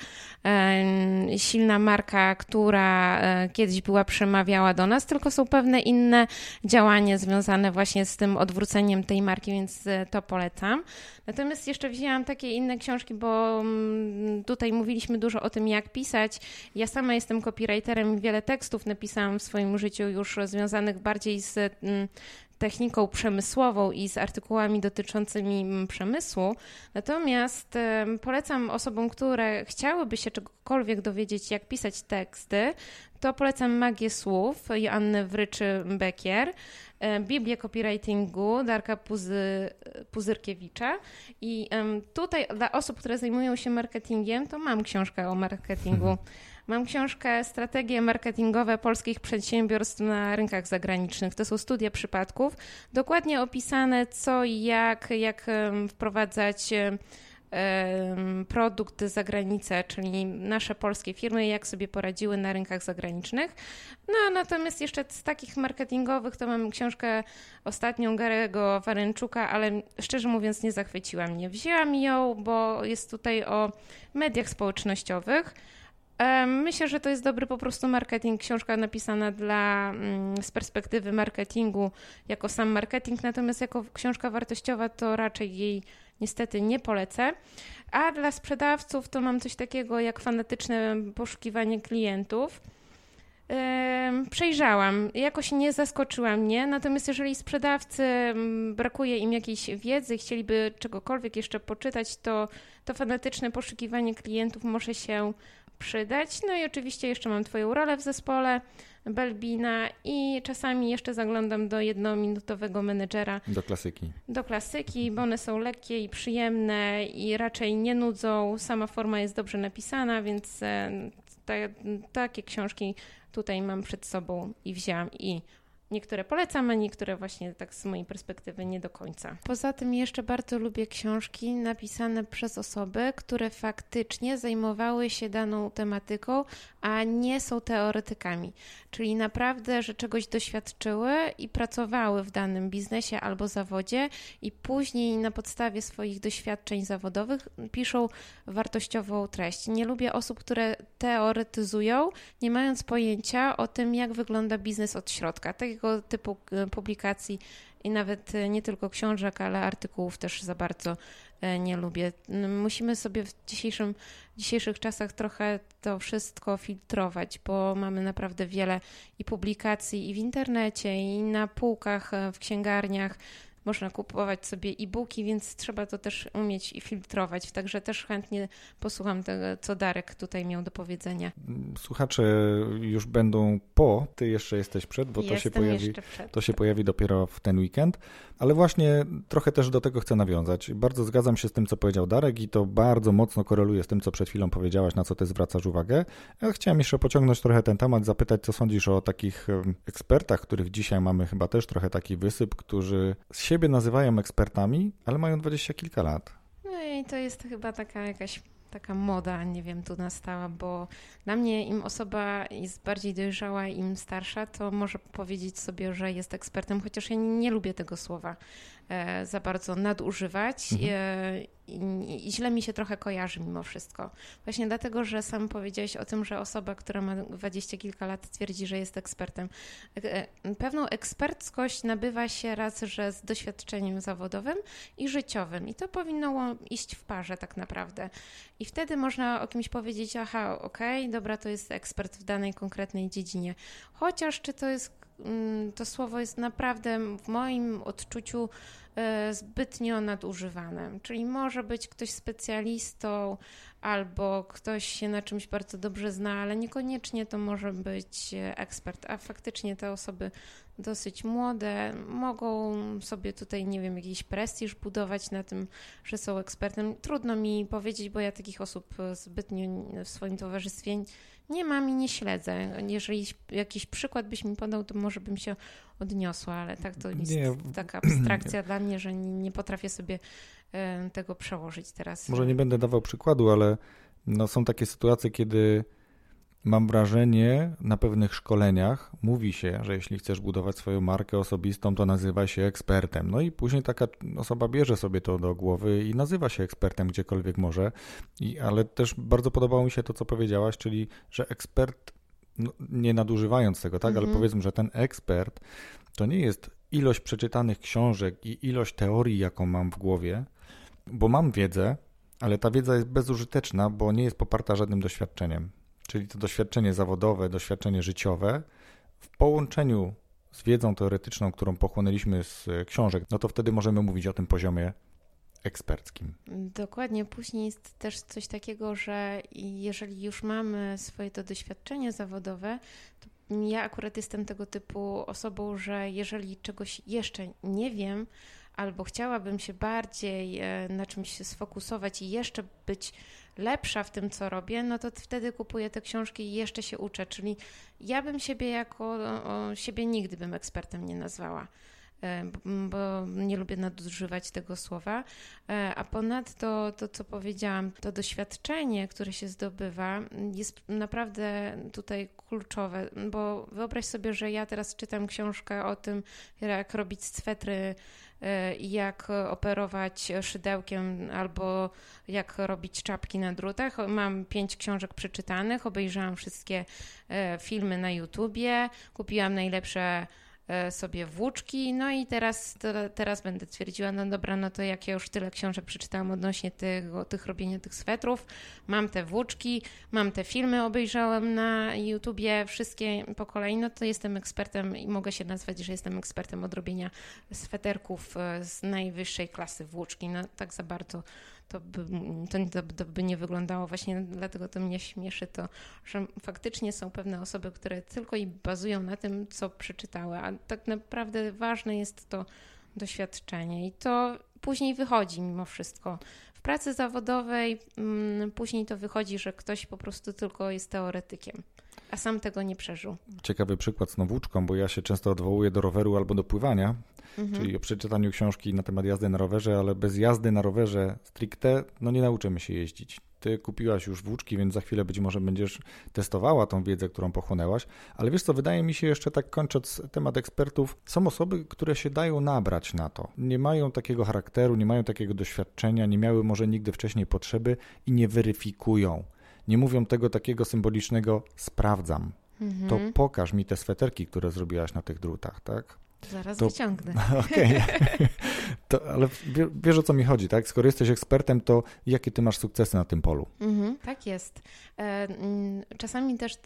silna marka, która kiedyś była przemawiała do nas, tylko są pewne inne działania związane właśnie z tym odwróceniem tej marki, więc to polecam. Natomiast jeszcze wzięłam takie inne książki, bo tutaj mówiliśmy dużo o tym, jak pisać. Ja sama jestem copywriterem i wiele tekstów napisałam w swoim życiu już związanych bardziej z techniką przemysłową i z artykułami dotyczącymi przemysłu. Natomiast polecam osobom, które chciałyby się czegokolwiek dowiedzieć, jak pisać teksty, to polecam Magię Słów Joanny Wryczy-Bekier, Biblię copywritingu Darka Puzy, Puzyrkiewicza i tutaj dla osób, które zajmują się marketingiem, to mam książkę o marketingu. Mam książkę Strategie marketingowe polskich przedsiębiorstw na rynkach zagranicznych. To są studia przypadków, dokładnie opisane co i jak, jak wprowadzać produkt za granicę, czyli nasze polskie firmy, jak sobie poradziły na rynkach zagranicznych. No natomiast jeszcze z takich marketingowych to mam książkę ostatnią Gary'ego Vaynerchuka, ale szczerze mówiąc nie zachwyciła mnie. Wzięłam ją, bo jest tutaj o mediach społecznościowych. Myślę, że to jest dobry po prostu marketing, książka napisana dla, z perspektywy marketingu jako sam marketing, natomiast jako książka wartościowa to raczej jej niestety nie polecę. A dla sprzedawców to mam coś takiego jak fanatyczne poszukiwanie klientów. Przejrzałam, jakoś nie zaskoczyła mnie, natomiast jeżeli sprzedawcy brakuje im jakiejś wiedzy, chcieliby czegokolwiek jeszcze poczytać, to to fanatyczne poszukiwanie klientów może się przydać. No i oczywiście jeszcze mam Twoją rolę w zespole, Belbina i czasami jeszcze zaglądam do jednominutowego menedżera. Do klasyki. Do klasyki, bo one są lekkie i przyjemne i raczej nie nudzą. Sama forma jest dobrze napisana, więc te, takie książki tutaj mam przed sobą i wzięłam i niektóre polecam, a niektóre właśnie tak z mojej perspektywy nie do końca. Poza tym jeszcze bardzo lubię książki napisane przez osoby, które faktycznie zajmowały się daną tematyką, a nie są teoretykami. Czyli naprawdę, że czegoś doświadczyły i pracowały w danym biznesie albo zawodzie i później na podstawie swoich doświadczeń zawodowych piszą wartościową treść. Nie lubię osób, które teoretyzują, nie mając pojęcia o tym, jak wygląda biznes od środka. Takiego typu publikacji i nawet nie tylko książek, ale artykułów też za bardzo nie lubię. Musimy sobie w dzisiejszym, w dzisiejszych czasach trochę to wszystko filtrować, bo mamy naprawdę wiele i publikacji i w internecie, i na półkach, w księgarniach. Można kupować sobie e-booki, więc trzeba to też umieć i filtrować. Także też chętnie posłucham tego, co Darek tutaj miał do powiedzenia. Słuchacze już będą po, ty jeszcze jesteś przed, bo to się, pojawi, to się pojawi dopiero w ten weekend. Ale właśnie trochę też do tego chcę nawiązać. Bardzo zgadzam się z tym, co powiedział Darek i to bardzo mocno koreluje z tym, co przed chwilą powiedziałaś, na co ty zwracasz uwagę. Ja chciałem jeszcze pociągnąć trochę ten temat, zapytać, co sądzisz o takich ekspertach, których dzisiaj mamy chyba też trochę taki wysyp, którzy z siebie nazywają ekspertami, ale mają dwadzieścia kilka lat. No i to jest chyba taka jakaś taka moda, nie wiem, tu nastała, bo dla mnie im osoba jest bardziej dojrzała, im starsza, to może powiedzieć sobie, że jest ekspertem, chociaż ja nie, nie lubię tego słowa e, za bardzo nadużywać mhm. e, i, i źle mi się trochę kojarzy mimo wszystko. Właśnie dlatego, że sam powiedziałeś o tym, że osoba, która ma dwadzieścia kilka lat twierdzi, że jest ekspertem. E, pewną eksperckość nabywa się raz, że z doświadczeniem zawodowym i życiowym i to powinno iść w parze tak naprawdę. I wtedy można o kimś powiedzieć, aha, okej, okay, dobra, to jest ekspert w danej konkretnej dziedzinie. Chociaż czy to jest, to słowo jest naprawdę w moim odczuciu zbytnio nadużywane. Czyli może być ktoś specjalistą albo ktoś się na czymś bardzo dobrze zna, ale niekoniecznie to może być ekspert, a faktycznie te osoby dosyć młode mogą sobie tutaj, nie wiem, jakiś prestiż budować na tym, że są ekspertem. Trudno mi powiedzieć, bo ja takich osób zbytnio w swoim towarzystwie nie mam i nie śledzę. Jeżeli jakiś przykład byś mi podał, to może bym się odniosła, ale tak to jest nie, taka abstrakcja nie. dla mnie, że nie, nie potrafię sobie tego przełożyć teraz. Może nie będę dawał przykładu, ale no są takie sytuacje, kiedy mam wrażenie, na pewnych szkoleniach mówi się, że jeśli chcesz budować swoją markę osobistą, to nazywaj się ekspertem. No i później taka osoba bierze sobie to do głowy i nazywa się ekspertem gdziekolwiek może. I, ale też bardzo podobało mi się to, co powiedziałaś, czyli że ekspert, no, nie nadużywając tego, tak, mhm. ale powiedzmy, że ten ekspert to nie jest ilość przeczytanych książek i ilość teorii, jaką mam w głowie, bo mam wiedzę, ale ta wiedza jest bezużyteczna, bo nie jest poparta żadnym doświadczeniem. Czyli to doświadczenie zawodowe, doświadczenie życiowe w połączeniu z wiedzą teoretyczną, którą pochłonęliśmy z książek, no to wtedy możemy mówić o tym poziomie eksperckim. Dokładnie. Później jest też coś takiego, że jeżeli już mamy swoje to doświadczenie zawodowe, to ja akurat jestem tego typu osobą, że jeżeli czegoś jeszcze nie wiem, albo chciałabym się bardziej na czymś się sfokusować i jeszcze być lepsza w tym, co robię, no to wtedy kupuję te książki i jeszcze się uczę, czyli ja bym siebie jako o, siebie nigdy bym ekspertem nie nazwała. bo nie lubię nadużywać tego słowa. A ponadto to, co powiedziałam, to doświadczenie, które się zdobywa, jest naprawdę tutaj kluczowe, bo wyobraź sobie, że ja teraz czytam książkę o tym, jak robić swetry, jak operować szydełkiem albo jak robić czapki na drutach. Mam pięć książek przeczytanych, obejrzałam wszystkie filmy na YouTubie, kupiłam najlepsze sobie włóczki, no i teraz, to, teraz będę twierdziła, no dobra, no to jak ja już tyle książek przeczytałam odnośnie tego, tych robienia tych swetrów, mam te włóczki, mam te filmy, obejrzałam na YouTubie wszystkie po kolei, no to jestem ekspertem i mogę się nazwać, że jestem ekspertem od robienia sweterków z najwyższej klasy włóczki, no tak za bardzo to by, to, to by nie wyglądało. Właśnie dlatego to mnie śmieszy to, że faktycznie są pewne osoby, które tylko i bazują na tym, co przeczytały, a tak naprawdę ważne jest to doświadczenie i to później wychodzi mimo wszystko. W pracy zawodowej m, później to wychodzi, że ktoś po prostu tylko jest teoretykiem, a sam tego nie przeżył. Ciekawy przykład z włóczką, bo ja się często odwołuję do roweru albo do pływania, mhm. czyli o przeczytaniu książki na temat jazdy na rowerze, ale bez jazdy na rowerze stricte no nie nauczymy się jeździć. Ty kupiłaś już włóczki, więc za chwilę być może będziesz testowała tą wiedzę, którą pochłonęłaś, ale wiesz co, wydaje mi się jeszcze tak kończąc temat ekspertów, są osoby, które się dają nabrać na to. Nie mają takiego charakteru, nie mają takiego doświadczenia, nie miały może nigdy wcześniej potrzeby i nie weryfikują. Nie mówią tego takiego symbolicznego sprawdzam. Mhm. To pokaż mi te sweterki, które zrobiłaś na tych drutach, tak? Zaraz to... wyciągnę. Okej, okay. Ale wiesz o co mi chodzi, tak? Skoro jesteś ekspertem, to jakie ty masz sukcesy na tym polu? Mhm, tak jest. Czasami też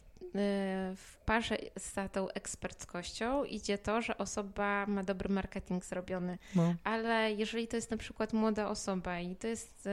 w parze za tą eksperckością idzie to, że osoba ma dobry marketing zrobiony, no. Ale jeżeli to jest na przykład młoda osoba i to jest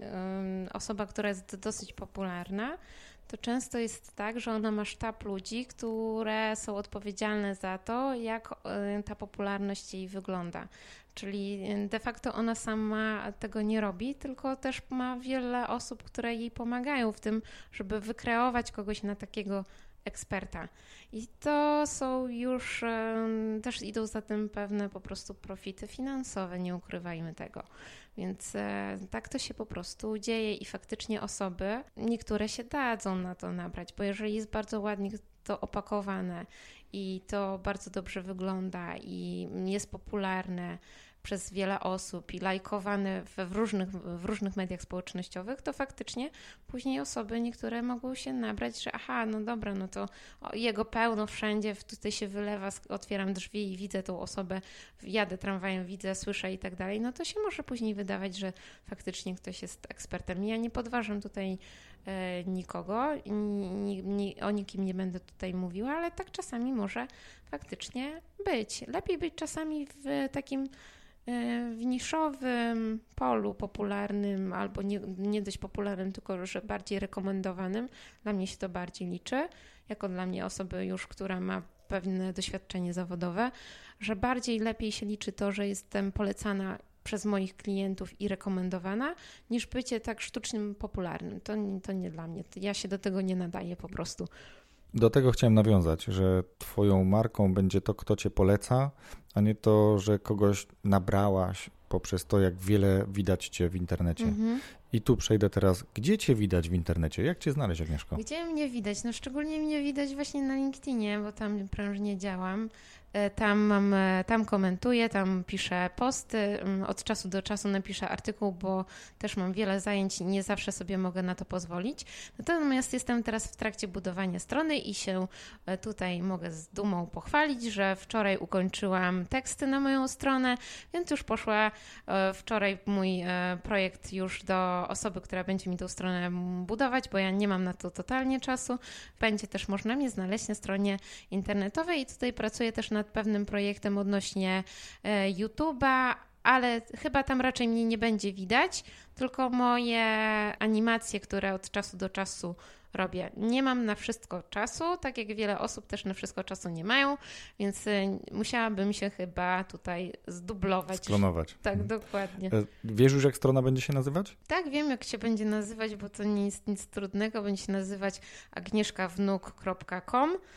osoba, która jest dosyć popularna, to często jest tak, że ona ma sztab ludzi, które są odpowiedzialne za to, jak ta popularność jej wygląda. Czyli de facto ona sama tego nie robi, tylko też ma wiele osób, które jej pomagają w tym, żeby wykreować kogoś na takiego eksperta. I to są już, też idą za tym pewne po prostu profity finansowe, nie ukrywajmy tego. Więc tak to się po prostu dzieje i faktycznie osoby, niektóre się dadzą na to nabrać, bo jeżeli jest bardzo ładnie to opakowane i to bardzo dobrze wygląda i jest popularne przez wiele osób i lajkowane w różnych, w różnych mediach społecznościowych, to faktycznie później osoby niektóre mogą się nabrać, że aha, no dobra, no to jego pełno wszędzie, tutaj się wylewa, otwieram drzwi i widzę tą osobę, jadę tramwajem, widzę, słyszę i tak dalej, no to się może później wydawać, że faktycznie ktoś jest ekspertem. Ja nie podważam tutaj e, nikogo, ni, ni, o nikim nie będę tutaj mówiła, ale tak czasami może faktycznie być. Lepiej być czasami w takim w niszowym polu popularnym albo nie, nie dość popularnym, tylko że bardziej rekomendowanym. Dla mnie się to bardziej liczy, jako dla mnie osoby już, która ma pewne doświadczenie zawodowe, że bardziej lepiej się liczy to, że jestem polecana przez moich klientów i rekomendowana, niż bycie tak sztucznym popularnym. To, to nie dla mnie. Ja się do tego nie nadaję po prostu. Do tego chciałem nawiązać, że twoją marką będzie to, kto cię poleca, a nie to, że kogoś nabrałaś poprzez to, jak wiele widać cię w internecie. Mm-hmm. I tu przejdę teraz. Gdzie cię widać w internecie? Jak cię znaleźć, Agnieszko? Gdzie mnie widać? No szczególnie mnie widać właśnie na LinkedInie, bo tam prężnie działam. Tam mam, tam komentuję, tam piszę posty, od czasu do czasu napiszę artykuł, bo też mam wiele zajęć i nie zawsze sobie mogę na to pozwolić. Natomiast jestem teraz w trakcie budowania strony i się tutaj mogę z dumą pochwalić, że wczoraj ukończyłam teksty na moją stronę, więc już poszła wczoraj mój projekt już do osoby, która będzie mi tą stronę budować, bo ja nie mam na to totalnie czasu. Będzie też można mnie znaleźć na stronie internetowej i tutaj pracuję też nad pewnym projektem odnośnie YouTube'a, ale chyba tam raczej mnie nie będzie widać, tylko moje animacje, które od czasu do czasu robię. Nie mam na wszystko czasu, tak jak wiele osób też na wszystko czasu nie mają, więc musiałabym się chyba tutaj zdublować. Sklonować. Tak, mhm. Dokładnie. Wiesz już, jak strona będzie się nazywać? Tak, wiem, jak się będzie nazywać, bo to nie jest nic trudnego. Będzie się nazywać agnieszka wnuk kropka com.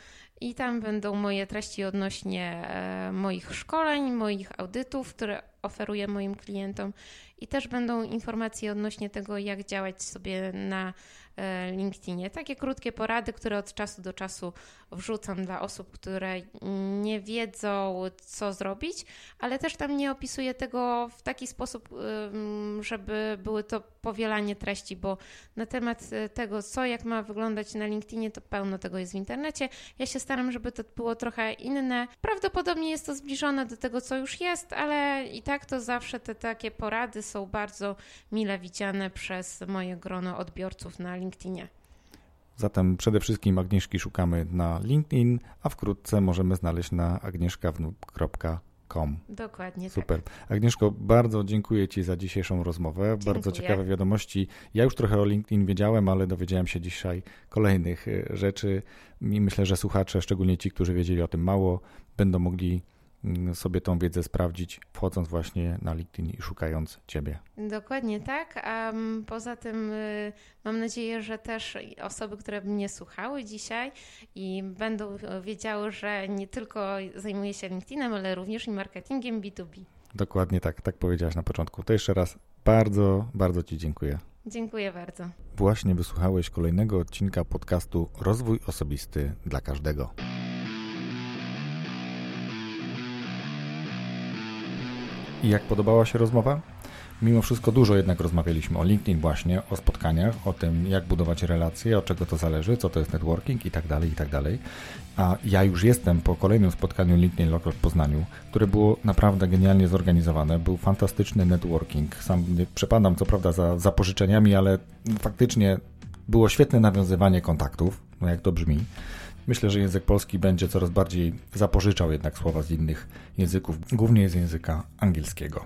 i tam będą moje treści odnośnie moich szkoleń, moich audytów, które oferuję moim klientom i też będą informacje odnośnie tego, jak działać sobie na LinkedInie. Takie krótkie porady, które od czasu do czasu wrzucam dla osób, które nie wiedzą, co zrobić, ale też tam nie opisuję tego w taki sposób, żeby były to powielanie treści, bo na temat tego, co jak ma wyglądać na LinkedInie, to pełno tego jest w internecie. Ja się staram, żeby to było trochę inne. Prawdopodobnie jest to zbliżone do tego, co już jest, ale i tak to zawsze te takie porady są bardzo mile widziane przez moje grono odbiorców na LinkedInie. Zatem przede wszystkim Agnieszki szukamy na LinkedIn, a wkrótce możemy znaleźć na agnieszka wnuk kropka com. Dokładnie. Super. Tak. Agnieszko, bardzo dziękuję Ci za dzisiejszą rozmowę. Dziękuję. Bardzo ciekawe wiadomości. Ja już trochę o LinkedIn wiedziałem, ale dowiedziałem się dzisiaj kolejnych rzeczy i myślę, że słuchacze, szczególnie ci, którzy wiedzieli o tym mało, będą mogli sobie tą wiedzę sprawdzić, wchodząc właśnie na LinkedIn i szukając Ciebie. Dokładnie tak, a poza tym mam nadzieję, że też osoby, które mnie słuchały dzisiaj i będą wiedziały, że nie tylko zajmuję się LinkedInem, ale również i marketingiem B dwa B. Dokładnie tak, tak powiedziałaś na początku. To jeszcze raz bardzo, bardzo Ci dziękuję. Dziękuję bardzo. Właśnie wysłuchałeś kolejnego odcinka podcastu Rozwój Osobisty dla Każdego. I jak podobała się rozmowa? Mimo wszystko dużo jednak rozmawialiśmy o LinkedIn właśnie, o spotkaniach, o tym jak budować relacje, od czego to zależy, co to jest networking i tak dalej, i tak dalej. A ja już jestem po kolejnym spotkaniu LinkedIn Local w Poznaniu, które było naprawdę genialnie zorganizowane. Był fantastyczny networking. Sam nie przepadam co prawda za, za pożyczeniami, ale faktycznie było świetne nawiązywanie kontaktów, no jak to brzmi. Myślę, że język polski będzie coraz bardziej zapożyczał jednak słowa z innych języków, głównie z języka angielskiego.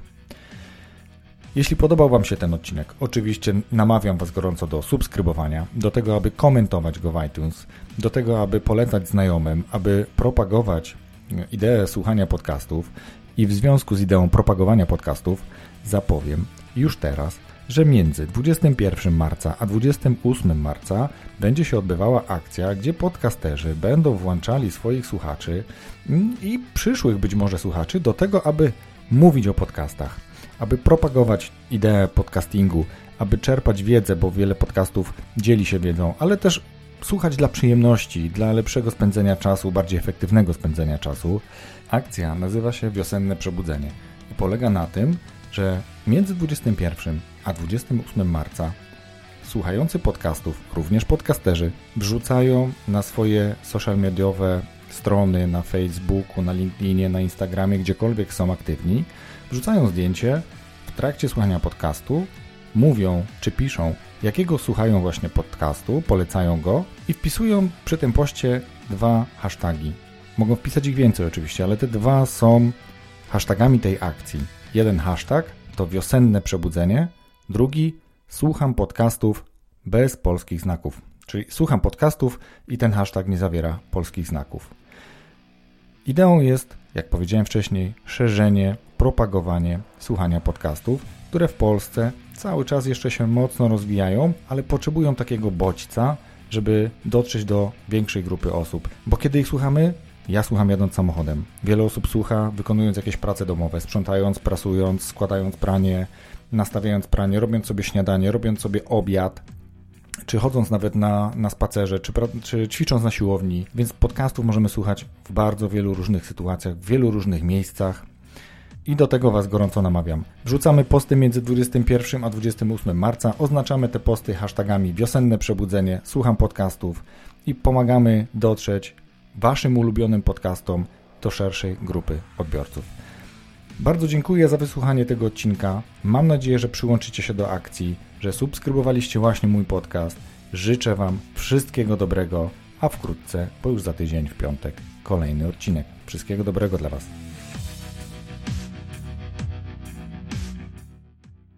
Jeśli podobał Wam się ten odcinek, oczywiście namawiam Was gorąco do subskrybowania, do tego, aby komentować go w iTunes, do tego, aby polecać znajomym, aby propagować ideę słuchania podcastów i w związku z ideą propagowania podcastów zapowiem już teraz, że między dwudziestego pierwszego marca a dwudziestego ósmego marca będzie się odbywała akcja, gdzie podcasterzy będą włączali swoich słuchaczy i przyszłych być może słuchaczy do tego, aby mówić o podcastach, aby propagować ideę podcastingu, aby czerpać wiedzę, bo wiele podcastów dzieli się wiedzą, ale też słuchać dla przyjemności, dla lepszego spędzenia czasu, bardziej efektywnego spędzenia czasu. Akcja nazywa się Wiosenne Przebudzenie i polega na tym, że między dwudziestym pierwszym a dwudziestego ósmego marca słuchający podcastów, również podcasterzy, wrzucają na swoje social mediowe strony, na Facebooku, na LinkedInie, na Instagramie, gdziekolwiek są aktywni, wrzucają zdjęcie w trakcie słuchania podcastu, mówią czy piszą, jakiego słuchają właśnie podcastu, polecają go i wpisują przy tym poście dwa hasztagi. Mogą wpisać ich więcej oczywiście, ale te dwa są hashtagami tej akcji. Jeden hashtag to wiosenne przebudzenie, drugi słucham podcastów bez polskich znaków. Czyli słucham podcastów i ten hashtag nie zawiera polskich znaków. Ideą jest, jak powiedziałem wcześniej, szerzenie, propagowanie słuchania podcastów, które w Polsce cały czas jeszcze się mocno rozwijają, ale potrzebują takiego bodźca, żeby dotrzeć do większej grupy osób. Bo kiedy ich słuchamy, ja słucham jadąc samochodem. Wiele osób słucha wykonując jakieś prace domowe, sprzątając, prasując, składając pranie, nastawiając pranie, robiąc sobie śniadanie, robiąc sobie obiad, czy chodząc nawet na, na spacerze, czy, czy ćwicząc na siłowni. Więc podcastów możemy słuchać w bardzo wielu różnych sytuacjach, w wielu różnych miejscach i do tego Was gorąco namawiam. Wrzucamy posty między dwudziestym pierwszym a dwudziestego ósmego marca, oznaczamy te posty hashtagami wiosenne przebudzenie, słucham podcastów i pomagamy dotrzeć Waszym ulubionym podcastom do szerszej grupy odbiorców. Bardzo dziękuję za wysłuchanie tego odcinka. Mam nadzieję, że przyłączycie się do akcji, że subskrybowaliście właśnie mój podcast. Życzę Wam wszystkiego dobrego, a wkrótce, bo już za tydzień w piątek, kolejny odcinek. Wszystkiego dobrego dla Was.